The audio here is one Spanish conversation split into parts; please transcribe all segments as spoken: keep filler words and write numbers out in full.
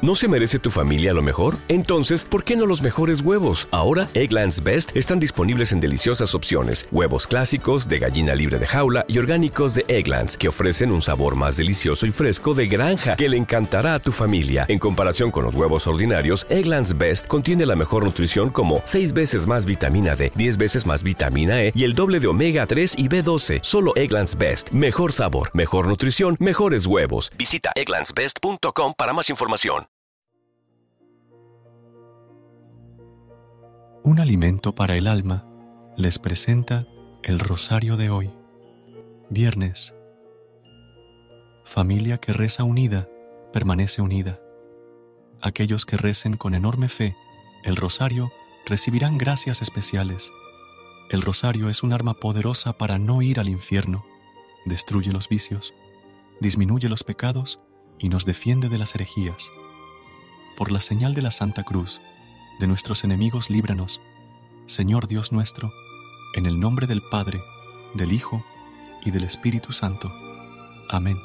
¿No se merece tu familia lo mejor? Entonces, ¿por qué no los mejores huevos? Ahora, Eggland's Best están disponibles en deliciosas opciones. Huevos clásicos, de gallina libre de jaula y orgánicos de Eggland's, que ofrecen un sabor más delicioso y fresco de granja que le encantará a tu familia. En comparación con los huevos ordinarios, Eggland's Best contiene la mejor nutrición como seis veces más vitamina D, diez veces más vitamina E y el doble de omega tres y B doce. Solo Eggland's Best. Mejor sabor, mejor nutrición, mejores huevos. Visita egglands best punto com para más información. Un alimento para el alma les presenta el rosario de hoy, viernes. Familia que reza unida, permanece unida. Aquellos que recen con enorme fe el rosario recibirán gracias especiales. El rosario es un arma poderosa para no ir al infierno. Destruye los vicios, disminuye los pecados y nos defiende de las herejías. Por la señal de la Santa Cruz, de nuestros enemigos líbranos, Señor Dios nuestro, en el nombre del Padre, del Hijo y del Espíritu Santo. Amén.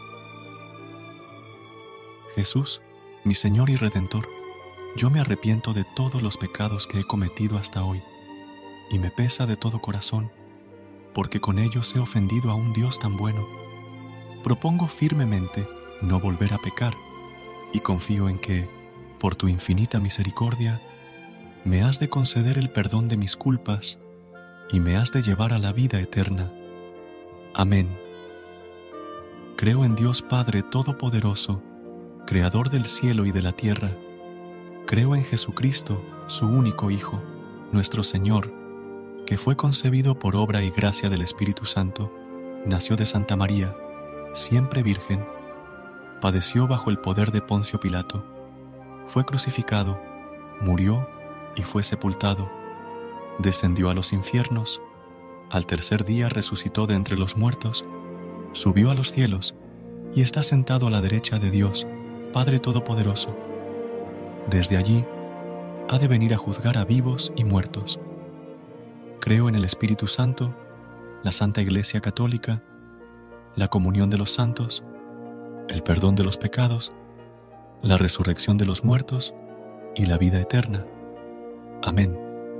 Jesús, mi Señor y Redentor, yo me arrepiento de todos los pecados que he cometido hasta hoy, y me pesa de todo corazón, porque con ellos he ofendido a un Dios tan bueno. Propongo firmemente no volver a pecar, y confío en que, por tu infinita misericordia, me has de conceder el perdón de mis culpas y me has de llevar a la vida eterna. Amén. Creo en Dios Padre Todopoderoso, Creador del cielo y de la tierra. Creo en Jesucristo, su único Hijo, nuestro Señor, que fue concebido por obra y gracia del Espíritu Santo, nació de Santa María, siempre virgen, padeció bajo el poder de Poncio Pilato, fue crucificado, murió y fue sepultado, descendió a los infiernos, al tercer día resucitó de entre los muertos, subió a los cielos y está sentado a la derecha de Dios, Padre Todopoderoso. Desde allí ha de venir a juzgar a vivos y muertos. Creo en el Espíritu Santo, la Santa Iglesia Católica, la comunión de los santos, el perdón de los pecados, la resurrección de los muertos y la vida eterna. Amén.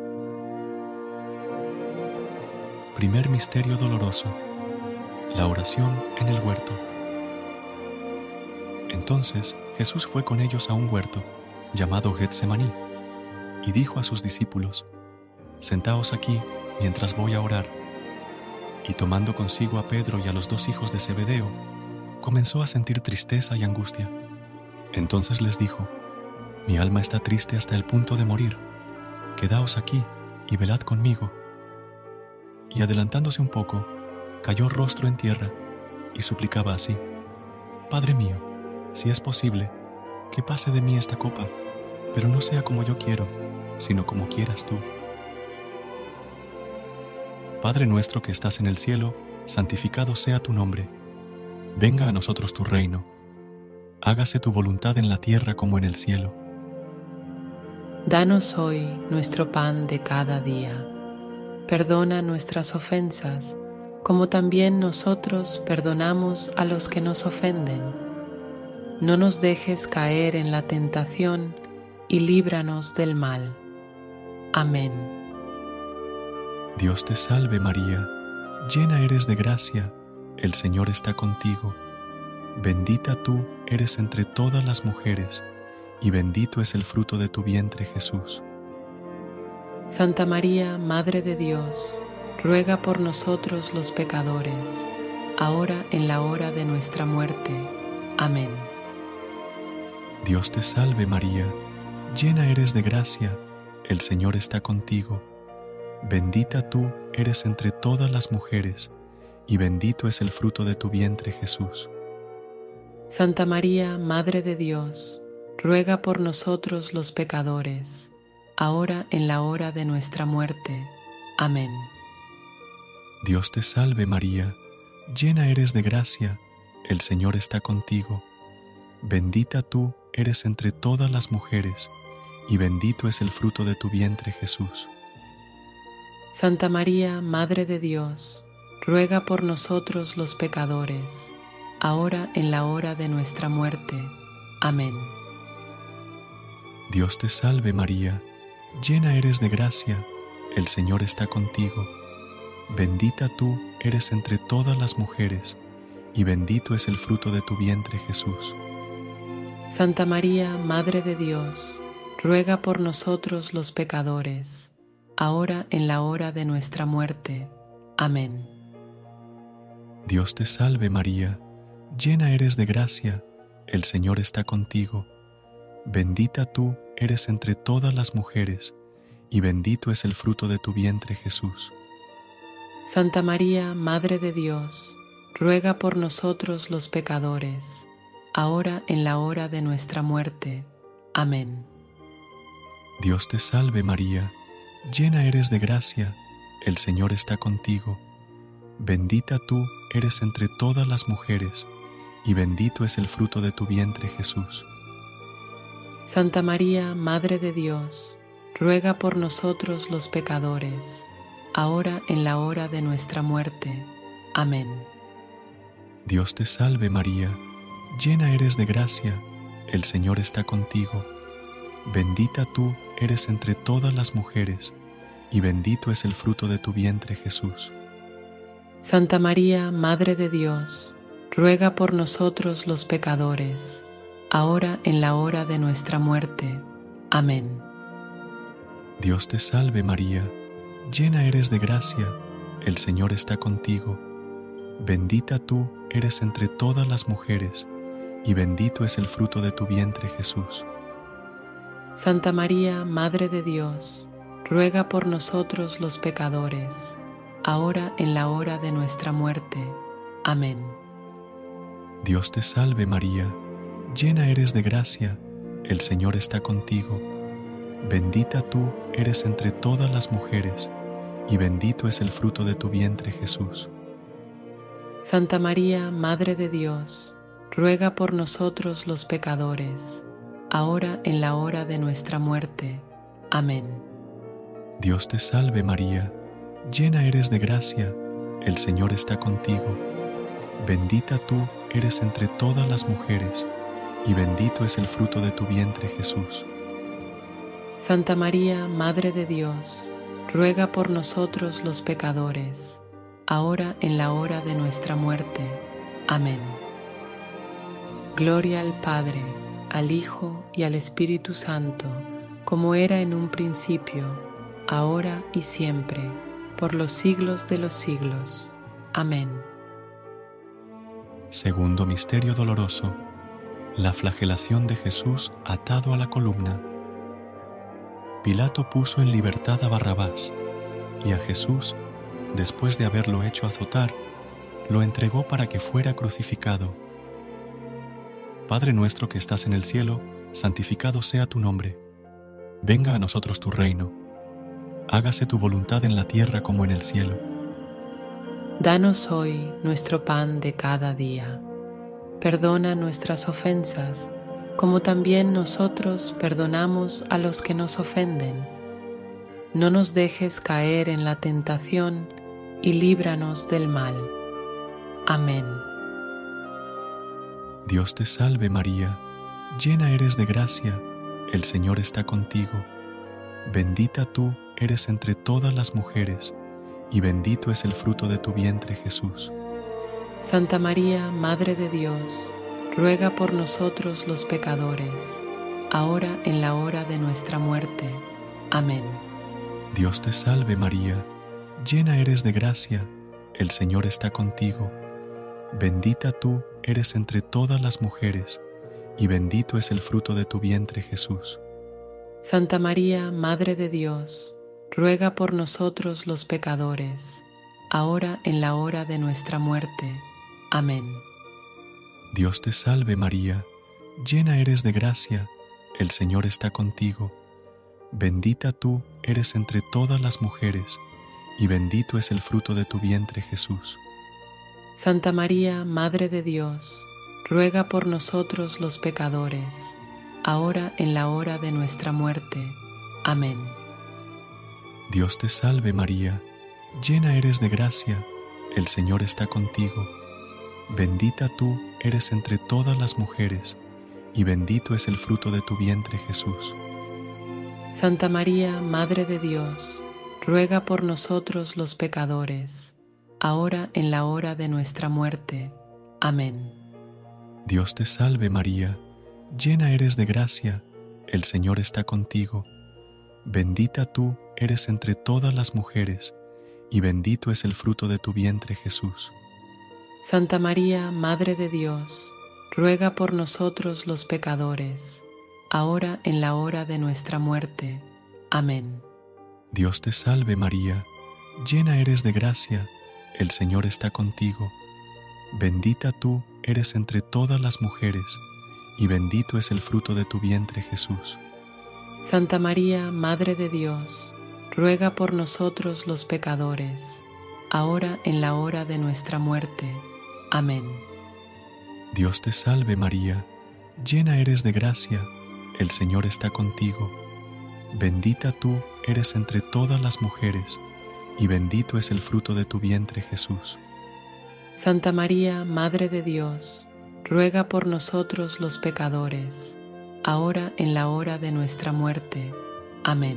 Primer misterio doloroso: la oración en el huerto. Entonces Jesús fue con ellos a un huerto, llamado Getsemaní, y dijo a sus discípulos: Sentaos aquí mientras voy a orar. Y tomando consigo a Pedro y a los dos hijos de Zebedeo, comenzó a sentir tristeza y angustia. Entonces les dijo: Mi alma está triste hasta el punto de morir. Quedaos aquí y velad conmigo. Y adelantándose un poco, cayó rostro en tierra y suplicaba así: Padre mío, si es posible, que pase de mí esta copa, pero no sea como yo quiero, sino como quieras tú. Padre nuestro que estás en el cielo, santificado sea tu nombre. Venga a nosotros tu reino. Hágase tu voluntad en la tierra como en el cielo. Danos hoy nuestro pan de cada día. Perdona nuestras ofensas, como también nosotros perdonamos a los que nos ofenden. No nos dejes caer en la tentación y líbranos del mal. Amén. Dios te salve María, llena eres de gracia, el Señor está contigo. Bendita tú eres entre todas las mujeres, y bendito es el fruto de tu vientre, Jesús. Santa María, Madre de Dios, ruega por nosotros los pecadores, ahora en la hora de nuestra muerte. Amén. Dios te salve María, llena eres de gracia, el Señor está contigo. Bendita tú eres entre todas las mujeres, y bendito es el fruto de tu vientre, Jesús. Santa María, Madre de Dios, ruega por nosotros los pecadores, ahora en la hora de nuestra muerte. Amén. Dios te salve María, llena eres de gracia, el Señor está contigo. Bendita tú eres entre todas las mujeres, y bendito es el fruto de tu vientre, Jesús. Santa María, Madre de Dios, ruega por nosotros los pecadores, ahora en la hora de nuestra muerte. Amén. Dios te salve María, llena eres de gracia, el Señor está contigo. Bendita tú eres entre todas las mujeres, y bendito es el fruto de tu vientre Jesús. Santa María, Madre de Dios, ruega por nosotros los pecadores, ahora en la hora de nuestra muerte. Amén. Dios te salve María, llena eres de gracia, el Señor está contigo. Bendita tú eres entre todas las mujeres, y bendito es el fruto de tu vientre Jesús. Santa María, Madre de Dios, ruega por nosotros los pecadores, ahora en la hora de nuestra muerte. Amén. Dios te salve María, llena eres de gracia, el Señor está contigo. Bendita tú eres entre todas las mujeres, y bendito es el fruto de tu vientre Jesús. Santa María, Madre de Dios, ruega por nosotros los pecadores, ahora en la hora de nuestra muerte. Amén. Dios te salve María, llena eres de gracia, el Señor está contigo. Bendita tú eres entre todas las mujeres, y bendito es el fruto de tu vientre Jesús. Santa María, Madre de Dios, ruega por nosotros los pecadores, ahora en la hora de nuestra muerte. Amén. Dios te salve María, llena eres de gracia, el Señor está contigo. Bendita tú eres entre todas las mujeres, y bendito es el fruto de tu vientre Jesús. Santa María, Madre de Dios, ruega por nosotros los pecadores, ahora en la hora de nuestra muerte. Amén. Dios te salve María, llena eres de gracia, el Señor está contigo. Bendita tú eres entre todas las mujeres, y bendito es el fruto de tu vientre Jesús. Santa María, Madre de Dios, ruega por nosotros los pecadores, ahora en la hora de nuestra muerte. Amén. Dios te salve María, llena eres de gracia, el Señor está contigo. Bendita tú eres entre todas las mujeres, y bendito es el fruto de tu vientre Jesús. Santa María, Madre de Dios, ruega por nosotros los pecadores, ahora en la hora de nuestra muerte. Amén. Gloria al Padre, al Hijo y al Espíritu Santo, como era en un principio, ahora y siempre, por los siglos de los siglos. Amén. Segundo misterio doloroso, la flagelación de Jesús atado a la columna. Pilato puso en libertad a Barrabás, y a Jesús, después de haberlo hecho azotar, lo entregó para que fuera crucificado. Padre nuestro que estás en el cielo, santificado sea tu nombre. Venga a nosotros tu reino. Hágase tu voluntad en la tierra como en el cielo. Danos hoy nuestro pan de cada día. Perdona nuestras ofensas, como también nosotros perdonamos a los que nos ofenden. No nos dejes caer en la tentación y líbranos del mal. Amén. Dios te salve María, llena eres de gracia, el Señor está contigo. Bendita tú eres entre todas las mujeres, y bendito es el fruto de tu vientre Jesús. Santa María, Madre de Dios, ruega por nosotros los pecadores, ahora en la hora de nuestra muerte. Amén. Dios te salve María, llena eres de gracia, el Señor está contigo. Bendita tú eres entre todas las mujeres, y bendito es el fruto de tu vientre Jesús. Santa María, Madre de Dios, ruega por nosotros los pecadores, ahora en la hora de nuestra muerte. Amén. Dios te salve María, llena eres de gracia, el Señor está contigo. Bendita tú eres entre todas las mujeres, y bendito es el fruto de tu vientre Jesús. Santa María, Madre de Dios, ruega por nosotros los pecadores, ahora en la hora de nuestra muerte. Amén. Dios te salve María, llena eres de gracia, el Señor está contigo. Bendita tú eres entre todas las mujeres, y bendito es el fruto de tu vientre Jesús. Santa María, Madre de Dios, ruega por nosotros los pecadores, ahora en la hora de nuestra muerte. Amén. Dios te salve María, llena eres de gracia, el Señor está contigo. Bendita tú eres entre todas las mujeres, y bendito es el fruto de tu vientre Jesús. Santa María, Madre de Dios, ruega por nosotros los pecadores, ahora en la hora de nuestra muerte. Amén. Dios te salve María, llena eres de gracia, el Señor está contigo. Bendita tú eres entre todas las mujeres, y bendito es el fruto de tu vientre Jesús. Santa María, Madre de Dios, ruega por nosotros los pecadores, ahora en la hora de nuestra muerte. Amén. Dios te salve María, llena eres de gracia, el Señor está contigo. Bendita tú eres entre todas las mujeres, y bendito es el fruto de tu vientre Jesús. Santa María, Madre de Dios, ruega por nosotros los pecadores, ahora en la hora de nuestra muerte. Amén.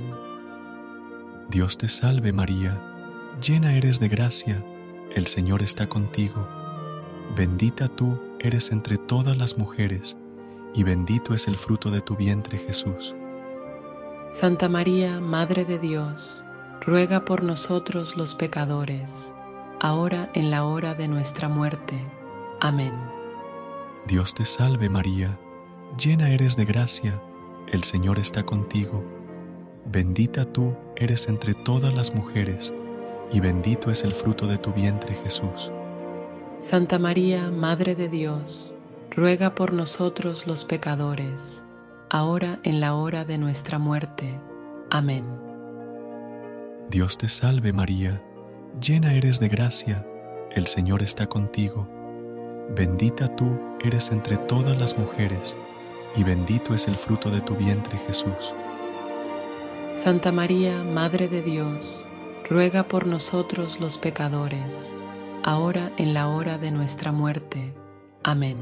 Dios te salve María, llena eres de gracia, el Señor está contigo. Bendita tú eres entre todas las mujeres, y bendito es el fruto de tu vientre Jesús. Santa María, Madre de Dios, ruega por nosotros los pecadores, ahora en la hora de nuestra muerte. Amén. Dios te salve María, llena eres de gracia, el Señor está contigo. Bendita tú eres entre todas las mujeres, y bendito es el fruto de tu vientre Jesús. Santa María, Madre de Dios, ruega por nosotros los pecadores, ahora en la hora de nuestra muerte. Amén. Dios te salve María, llena eres de gracia, el Señor está contigo. Bendita tú eres entre todas las mujeres, y bendito es el fruto de tu vientre Jesús. Santa María, Madre de Dios, ruega por nosotros los pecadores, ahora en la hora de nuestra muerte. Amén.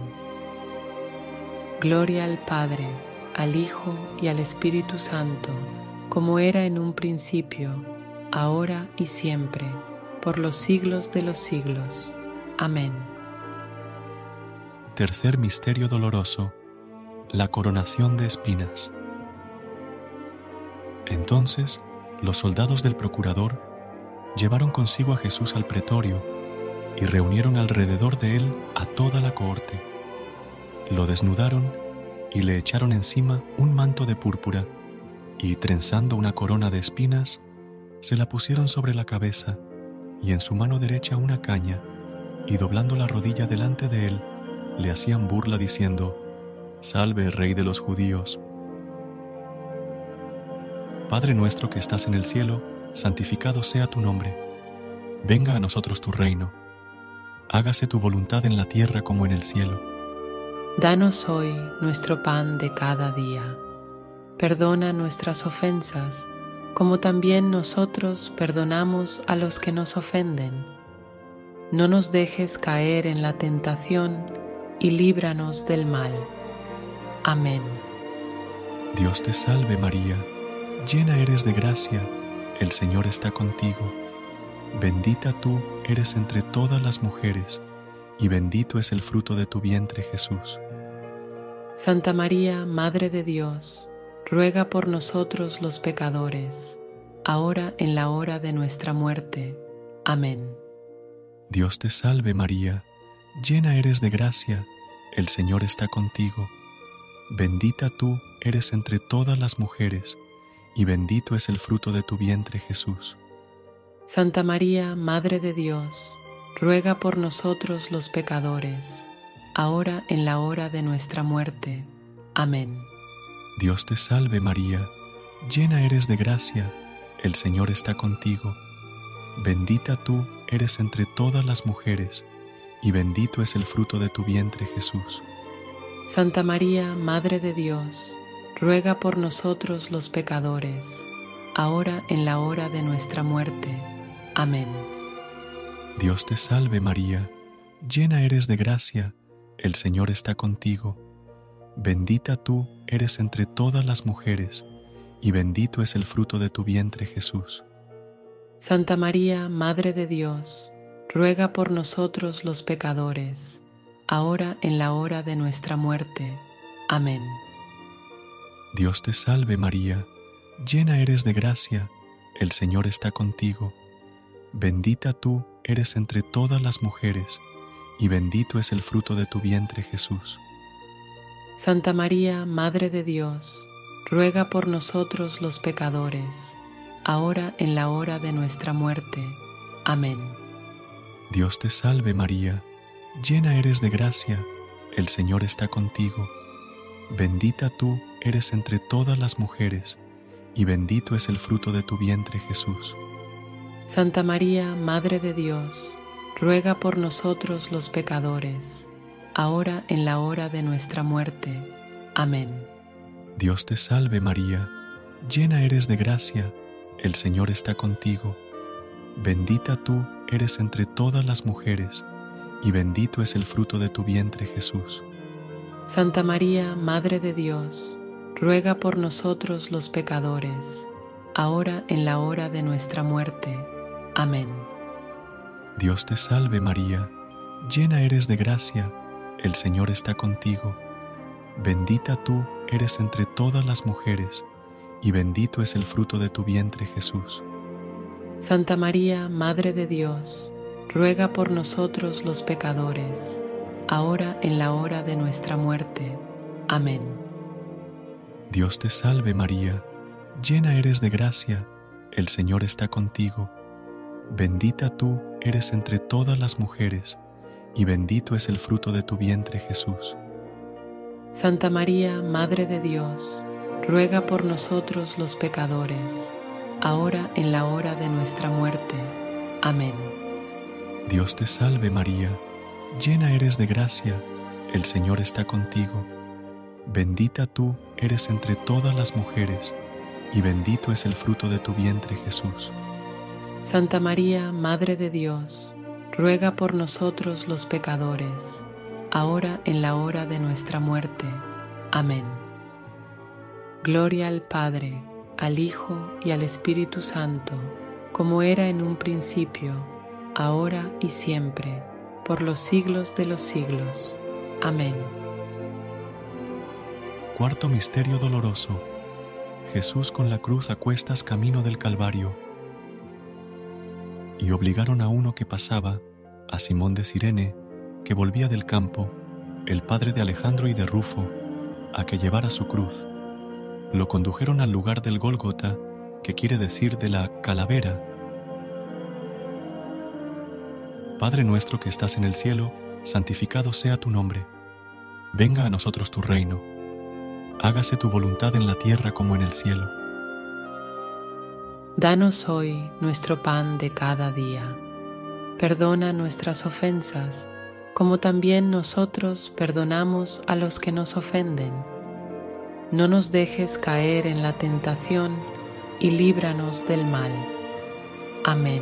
Gloria al Padre, al Hijo y al Espíritu Santo, como era en un principio, ahora y siempre, por los siglos de los siglos. Amén. Tercer misterio doloroso, la coronación de espinas. Entonces, los soldados del procurador llevaron consigo a Jesús al pretorio y reunieron alrededor de él a toda la cohorte. Lo desnudaron y le echaron encima un manto de púrpura y, trenzando una corona de espinas, se la pusieron sobre la cabeza y en su mano derecha una caña, y doblando la rodilla delante de él, le hacían burla diciendo: «Salve, Rey de los judíos». Padre nuestro que estás en el cielo, santificado sea tu nombre. Venga a nosotros tu reino. Hágase tu voluntad en la tierra como en el cielo. Danos hoy nuestro pan de cada día. Perdona nuestras ofensas, como también nosotros perdonamos a los que nos ofenden. No nos dejes caer en la tentación y líbranos del mal. Amén. Dios te salve María, llena eres de gracia, el Señor está contigo. Bendita tú eres entre todas las mujeres, y bendito es el fruto de tu vientre Jesús. Santa María, Madre de Dios, ruega por nosotros los pecadores, ahora en la hora de nuestra muerte. Amén. Dios te salve María, llena eres de gracia, el Señor está contigo. Bendita tú eres entre todas las mujeres, y bendito es el fruto de tu vientre Jesús. Santa María, Madre de Dios, ruega por nosotros los pecadores, ahora en la hora de nuestra muerte. Amén. Dios te salve María, llena eres de gracia, el Señor está contigo. Bendita tú eres entre todas las mujeres, y bendito es el fruto de tu vientre Jesús. Santa María, Madre de Dios, ruega por nosotros los pecadores, ahora en la hora de nuestra muerte. Amén. Dios te salve María, llena eres de gracia, el Señor está contigo. Bendita tú eres entre todas las mujeres, y bendito es el fruto de tu vientre, Jesús. Santa María, Madre de Dios, ruega por nosotros los pecadores, ahora en la hora de nuestra muerte. Amén. Dios te salve María, llena eres de gracia, el Señor está contigo. Bendita tú eres entre todas las mujeres, y bendito es el fruto de tu vientre, Jesús. Santa María, Madre de Dios, ruega por nosotros los pecadores, ahora en la hora de nuestra muerte. Amén. Dios te salve María, llena eres de gracia, el Señor está contigo. Bendita tú eres entre todas las mujeres, y bendito es el fruto de tu vientre, Jesús. Santa María, Madre de Dios, ruega por nosotros los pecadores, ahora en la hora de nuestra muerte. Amén. Dios te salve María, llena eres de gracia, el Señor está contigo. Bendita tú eres entre todas las mujeres, y bendito es el fruto de tu vientre, Jesús. Santa María, Madre de Dios, ruega por nosotros los pecadores, ahora en la hora de nuestra muerte. Amén. Dios te salve María, llena eres de gracia, el Señor está contigo. Bendita tú eres entre todas las mujeres, y bendito es el fruto de tu vientre, Jesús. Santa María, Madre de Dios, ruega por nosotros los pecadores, ahora en la hora de nuestra muerte. Amén. Dios te salve María, llena eres de gracia, el Señor está contigo. Bendita tú eres entre todas las mujeres, y bendito es el fruto de tu vientre, Jesús. Santa María, Madre de Dios, ruega por nosotros los pecadores, ahora en la hora de nuestra muerte. Amén. Dios te salve María, llena eres de gracia, el Señor está contigo. Bendita tú eres entre todas las mujeres, y bendito es el fruto de tu vientre, Jesús. Santa María, Madre de Dios, ruega por nosotros los pecadores, ahora en la hora de nuestra muerte. Amén. Gloria al Padre, al Hijo y al Espíritu Santo, como era en un principio, ahora y siempre, por los siglos de los siglos. Amén. Cuarto misterio doloroso. Jesús con la cruz a cuestas camino del Calvario. Y obligaron a uno que pasaba, a Simón de Cirene, que volvía del campo, el padre de Alejandro y de Rufo, a que llevara su cruz. Lo condujeron al lugar del Gólgota, que quiere decir de la calavera. Padre nuestro que estás en el cielo, santificado sea tu nombre. Venga a nosotros tu reino. Hágase tu voluntad en la tierra como en el cielo. Danos hoy nuestro pan de cada día. Perdona nuestras ofensas, como también nosotros perdonamos a los que nos ofenden. No nos dejes caer en la tentación y líbranos del mal. Amén.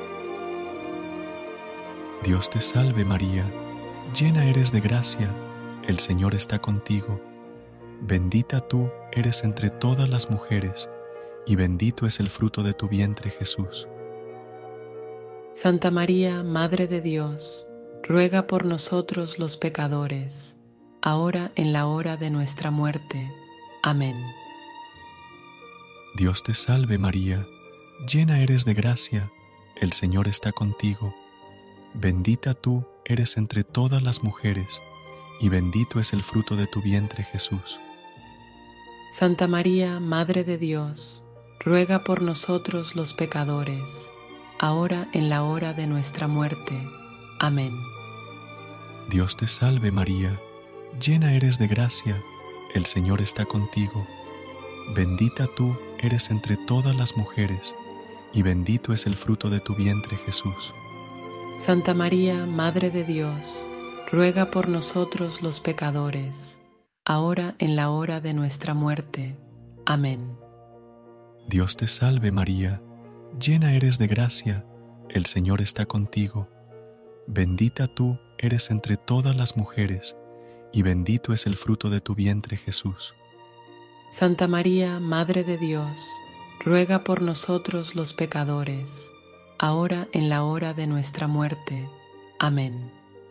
Dios te salve María, llena eres de gracia, el Señor está contigo. Bendita tú eres entre todas las mujeres, y bendito es el fruto de tu vientre, Jesús. Santa María, Madre de Dios, ruega por nosotros los pecadores, ahora en la hora de nuestra muerte. Amén. Dios te salve María, llena eres de gracia, el Señor está contigo. Bendita tú eres entre todas las mujeres, y bendito es el fruto de tu vientre, Jesús. Santa María, Madre de Dios, ruega por nosotros los pecadores, ahora en la hora de nuestra muerte. Amén. Dios te salve María, llena eres de gracia, el Señor está contigo. Bendita tú eres entre todas las mujeres, y bendito es el fruto de tu vientre, Jesús. Santa María, Madre de Dios, ruega por nosotros los pecadores, ahora en la hora de nuestra muerte. Amén. Dios te salve María, llena eres de gracia, el Señor está contigo. Bendita tú eres entre todas las mujeres, y bendito es el fruto de tu vientre, Jesús. Santa María, Madre de Dios, ruega por nosotros los pecadores, ahora en la hora de nuestra muerte. Amén.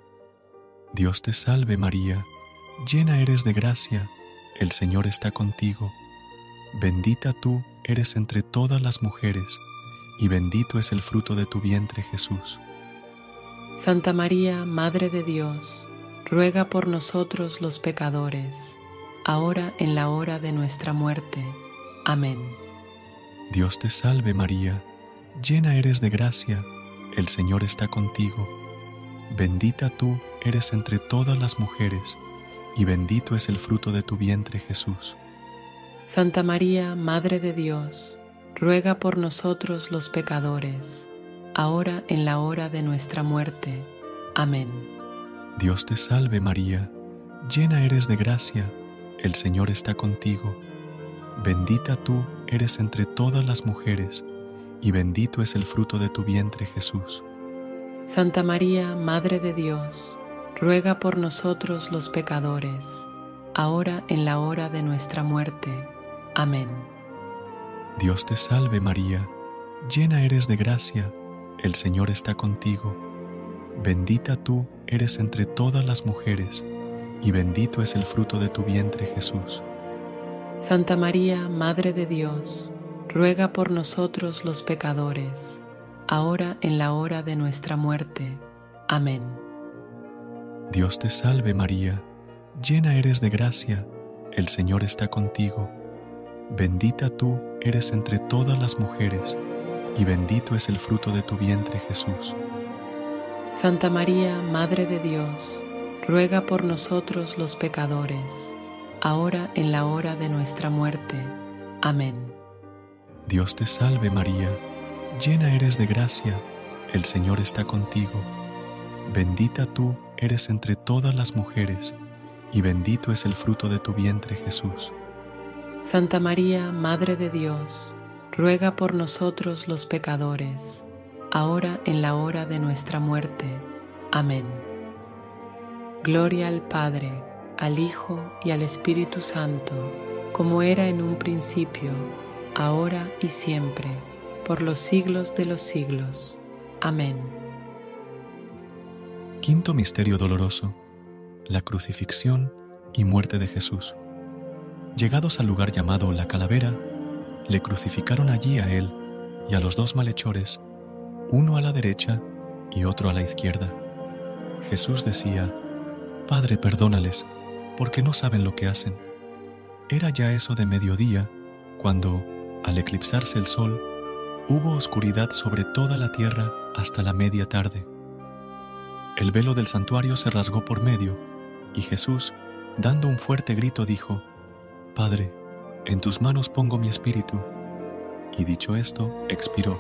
Dios te salve María, llena eres de gracia, el Señor está contigo. Bendita tú eres entre todas las mujeres, y bendito es el fruto de tu vientre Jesús. Santa María, Madre de Dios, ruega por nosotros los pecadores, ahora en la hora de nuestra muerte. Amén. Dios te salve María, llena eres de gracia, el Señor está contigo. Bendita tú eres entre todas las mujeres, y bendito es el fruto de tu vientre Jesús. Santa María, Madre de Dios, ruega por nosotros los pecadores, ahora en la hora de nuestra muerte. Amén. Dios te salve María, llena eres de gracia, el Señor está contigo. Bendita tú eres entre todas las mujeres, y bendito es el fruto de tu vientre Jesús. Santa María, Madre de Dios, ruega por nosotros los pecadores, ahora en la hora de nuestra muerte. Amén. Dios te salve María, llena eres de gracia, el Señor está contigo. Bendita tú eres entre todas las mujeres, y bendito es el fruto de tu vientre Jesús. Santa María, Madre de Dios, ruega por nosotros los pecadores, ahora en la hora de nuestra muerte. Amén. Dios te salve María, llena eres de gracia, el Señor está contigo. Bendita tú eres entre todas las mujeres, y bendito es el fruto de tu vientre Jesús. Santa María, Madre de Dios, ruega por nosotros los pecadores, ahora en la hora de nuestra muerte. Amén. Dios te salve María, llena eres de gracia, el Señor está contigo. Bendita tú eres entre todas las mujeres, y bendito es el fruto de tu vientre Jesús. Santa María, Madre de Dios, ruega por nosotros los pecadores, ahora en la hora de nuestra muerte. Amén. Gloria al Padre, al Hijo y al Espíritu Santo, como era en un principio, ahora y siempre, por los siglos de los siglos. Amén. Quinto misterio doloroso: la crucifixión y muerte de Jesús. Llegados al lugar llamado La Calavera, le crucificaron allí a él y a los dos malhechores, uno a la derecha y otro a la izquierda. Jesús decía: Padre, perdónales, porque no saben lo que hacen. Era ya eso de mediodía, cuando, al eclipsarse el sol, hubo oscuridad sobre toda la tierra hasta la media tarde. El velo del santuario se rasgó por medio, y Jesús, dando un fuerte grito, dijo: Padre, en tus manos pongo mi espíritu. Y dicho esto, expiró.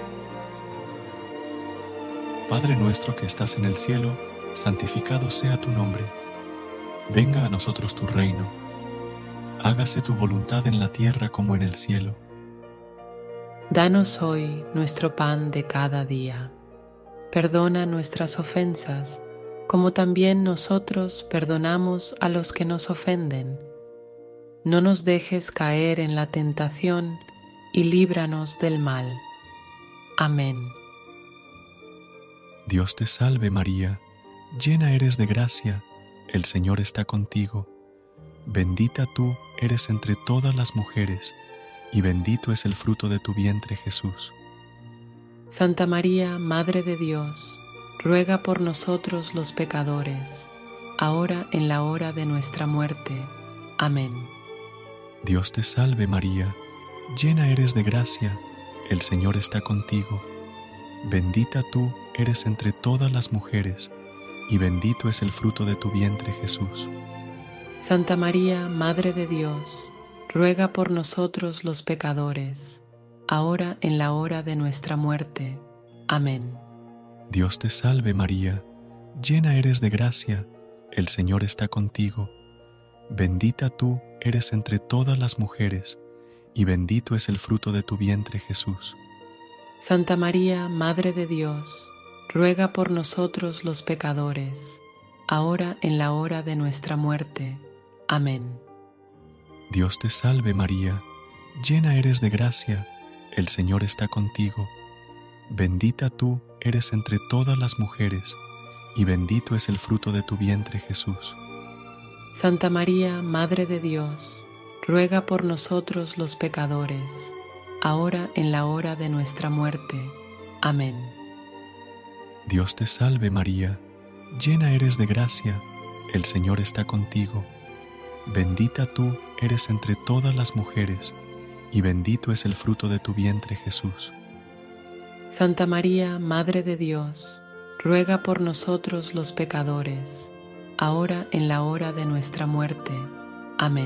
Padre nuestro que estás en el cielo, santificado sea tu nombre. Venga a nosotros tu reino. Hágase tu voluntad en la tierra como en el cielo. Danos hoy nuestro pan de cada día. Perdona nuestras ofensas, como también nosotros perdonamos a los que nos ofenden. No nos dejes caer en la tentación y líbranos del mal. Amén. Dios te salve María, llena eres de gracia, el Señor está contigo. Bendita tú eres entre todas las mujeres, y bendito es el fruto de tu vientre Jesús. Santa María, Madre de Dios, ruega por nosotros los pecadores, ahora en la hora de nuestra muerte. Amén. Dios te salve María, llena eres de gracia, el Señor está contigo. Bendita tú eres entre todas las mujeres, y bendito es el fruto de tu vientre Jesús. Santa María, Madre de Dios, ruega por nosotros los pecadores, ahora en la hora de nuestra muerte. Amén. Dios te salve María, llena eres de gracia, el Señor está contigo. Bendita tú eres entre todas las mujeres, y bendito es el fruto de tu vientre Jesús. Santa María, Madre de Dios, ruega por nosotros los pecadores, ahora en la hora de nuestra muerte. Amén. Dios te salve María, llena eres de gracia, el Señor está contigo. Bendita tú eres entre todas las mujeres, y bendito es el fruto de tu vientre Jesús. Santa María, Madre de Dios, ruega por nosotros los pecadores, ahora en la hora de nuestra muerte. Amén. Dios te salve María, llena eres de gracia, el Señor está contigo. Bendita tú eres entre todas las mujeres, y bendito es el fruto de tu vientre Jesús. Santa María, Madre de Dios, ruega por nosotros los pecadores, ahora en la hora de nuestra muerte. Amén.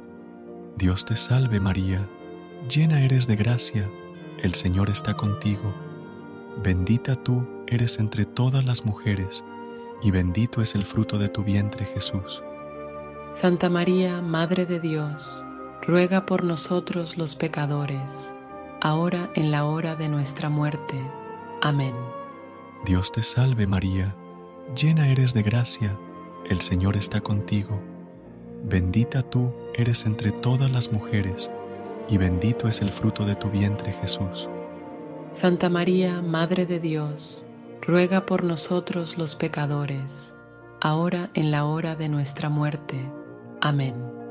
Dios te salve María, llena eres de gracia, el Señor está contigo. Bendita tú eres entre todas las mujeres, y bendito es el fruto de tu vientre Jesús. Santa María, Madre de Dios, ruega por nosotros los pecadores, ahora en la hora de nuestra muerte. Amén. Dios te salve María, llena eres de gracia, el Señor está contigo. Bendita tú eres entre todas las mujeres, y bendito es el fruto de tu vientre Jesús. Santa María, Madre de Dios, ruega por nosotros los pecadores, ahora en la hora de nuestra muerte. Amén.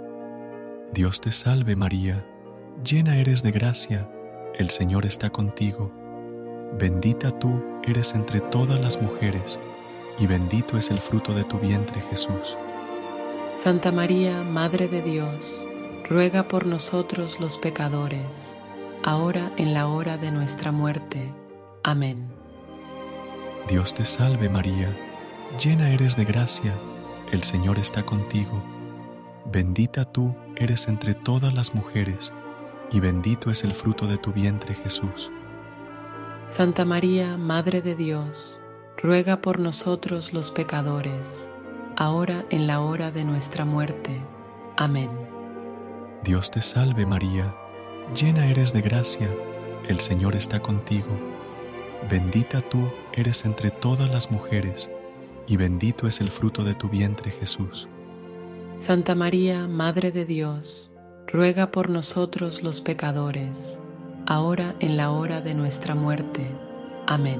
Dios te salve María, llena eres de gracia, el Señor está contigo. Bendita tú eres entre todas las mujeres, y bendito es el fruto de tu vientre Jesús. Santa María, Madre de Dios, ruega por nosotros los pecadores, ahora en la hora de nuestra muerte. Amén. Dios te salve María, llena eres de gracia, el Señor está contigo. Bendita tú eres entre todas las mujeres, y bendito es el fruto de tu vientre Jesús. Santa María, Madre de Dios, ruega por nosotros los pecadores, ahora en la hora de nuestra muerte. Amén. Dios te salve María, llena eres de gracia, el Señor está contigo. Bendita tú eres entre todas las mujeres, y bendito es el fruto de tu vientre Jesús. Santa María, Madre de Dios, ruega por nosotros los pecadores, ahora en la hora de nuestra muerte. Amén.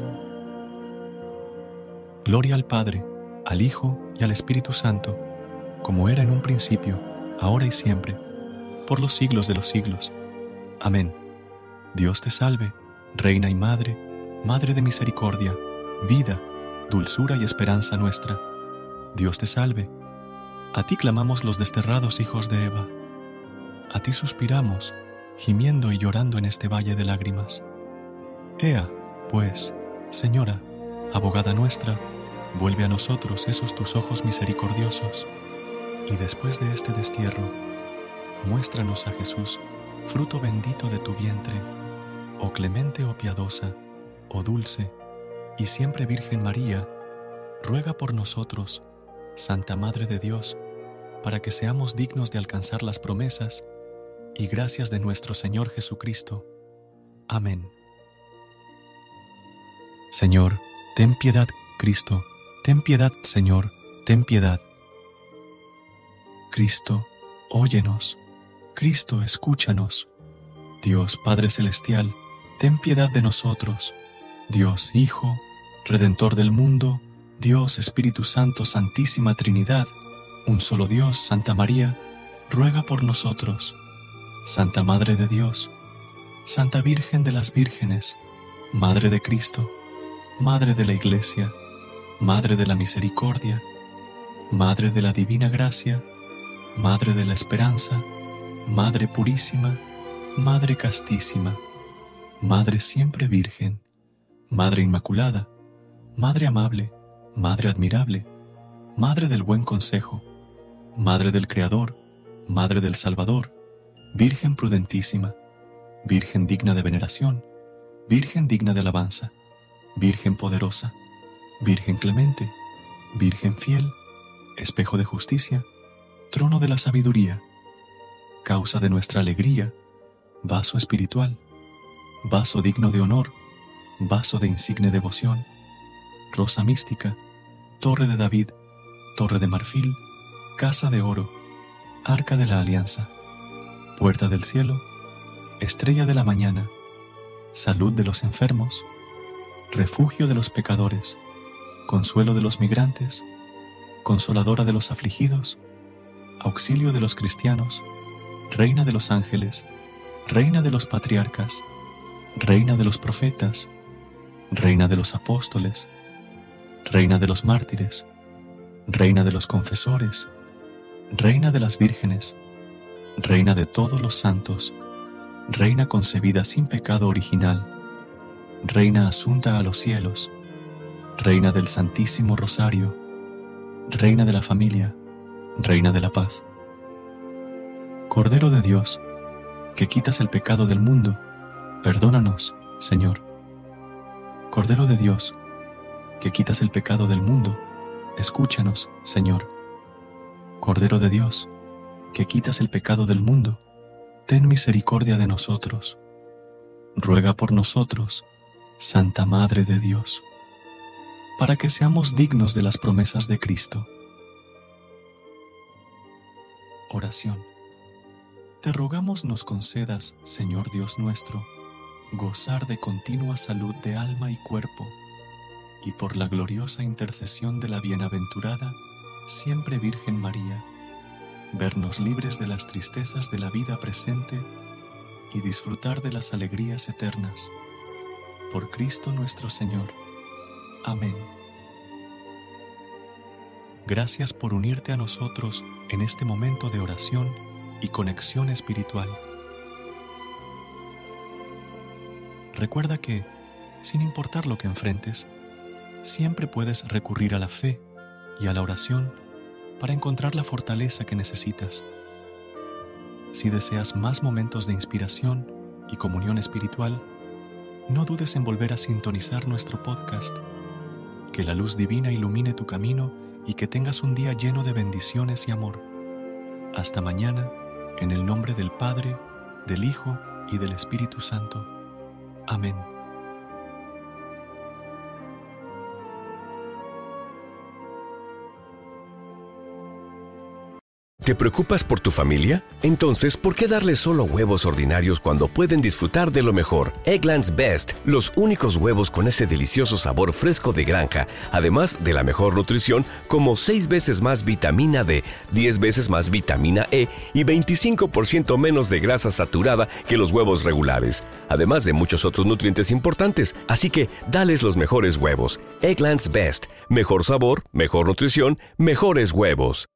Gloria al Padre, al Hijo y al Espíritu Santo, como era en un principio, ahora y siempre, por los siglos de los siglos. Amén. Dios te salve, Reina y Madre, Madre de misericordia, vida, dulzura y esperanza nuestra. Dios te salve. A ti clamamos los desterrados hijos de Eva. A ti suspiramos, gimiendo y llorando en este valle de lágrimas. Ea, pues, Señora, abogada nuestra, vuelve a nosotros esos tus ojos misericordiosos, y después de este destierro, muéstranos a Jesús, fruto bendito de tu vientre, oh clemente o piadosa, oh dulce, y siempre Virgen María, ruega por nosotros, Santa Madre de Dios, para que seamos dignos de alcanzar las promesas y gracias de nuestro Señor Jesucristo. Amén. Señor, ten piedad, Cristo, ten piedad, Señor, ten piedad. Cristo, óyenos. Cristo, escúchanos. Dios Padre Celestial, ten piedad de nosotros. Dios Hijo, Redentor del mundo, Dios Espíritu Santo, Santísima Trinidad, un solo Dios, Santa María, ruega por nosotros. Santa Madre de Dios, Santa Virgen de las Vírgenes, Madre de Cristo, Madre de la Iglesia, Madre de la Misericordia, Madre de la Divina Gracia, Madre de la Esperanza, Madre Purísima, Madre Castísima, Madre Siempre Virgen, Madre Inmaculada, Madre Amable, Madre Admirable, Madre del Buen Consejo, Madre del Creador, Madre del Salvador, Virgen prudentísima, Virgen digna de veneración, Virgen digna de alabanza, Virgen poderosa, Virgen clemente, Virgen fiel, espejo de justicia, trono de la sabiduría, causa de nuestra alegría, vaso espiritual, vaso digno de honor, vaso de insigne devoción, rosa mística, torre de David, torre de marfil, casa de oro, arca de la alianza, puerta del cielo, estrella de la mañana, salud de los enfermos, refugio de los pecadores, consuelo de los migrantes, consoladora de los afligidos, auxilio de los cristianos, reina de los ángeles, reina de los patriarcas, reina de los profetas, reina de los apóstoles, reina de los mártires, reina de los confesores, reina de las vírgenes, reina de todos los santos, reina concebida sin pecado original, reina asunta a los cielos, reina del Santísimo Rosario, reina de la familia, reina de la paz. Cordero de Dios, que quitas el pecado del mundo, perdónanos, Señor. Cordero de Dios, que quitas el pecado del mundo, escúchanos, Señor. Cordero de Dios, que quitas el pecado del mundo, ten misericordia de nosotros. Ruega por nosotros, Santa Madre de Dios, para que seamos dignos de las promesas de Cristo. Oración. Te rogamos nos concedas, Señor Dios nuestro, gozar de continua salud de alma y cuerpo, y por la gloriosa intercesión de la bienaventurada, siempre Virgen María, vernos libres de las tristezas de la vida presente y disfrutar de las alegrías eternas. Por Cristo nuestro Señor. Amén. Gracias por unirte a nosotros en este momento de oración y conexión espiritual. Recuerda que, sin importar lo que enfrentes, siempre puedes recurrir a la fe y a la oración para encontrar la fortaleza que necesitas. Si deseas más momentos de inspiración y comunión espiritual, no dudes en volver a sintonizar nuestro podcast. Que la luz divina ilumine tu camino y que tengas un día lleno de bendiciones y amor. Hasta mañana, en el nombre del Padre, del Hijo y del Espíritu Santo. Amén. ¿Te preocupas por tu familia? Entonces, ¿por qué darles solo huevos ordinarios cuando pueden disfrutar de lo mejor? Eggland's Best, los únicos huevos con ese delicioso sabor fresco de granja, además de la mejor nutrición, como seis veces más vitamina D, diez veces más vitamina E y veinticinco por ciento menos de grasa saturada que los huevos regulares, además de muchos otros nutrientes importantes. Así que, dales los mejores huevos. Eggland's Best, mejor sabor, mejor nutrición, mejores huevos.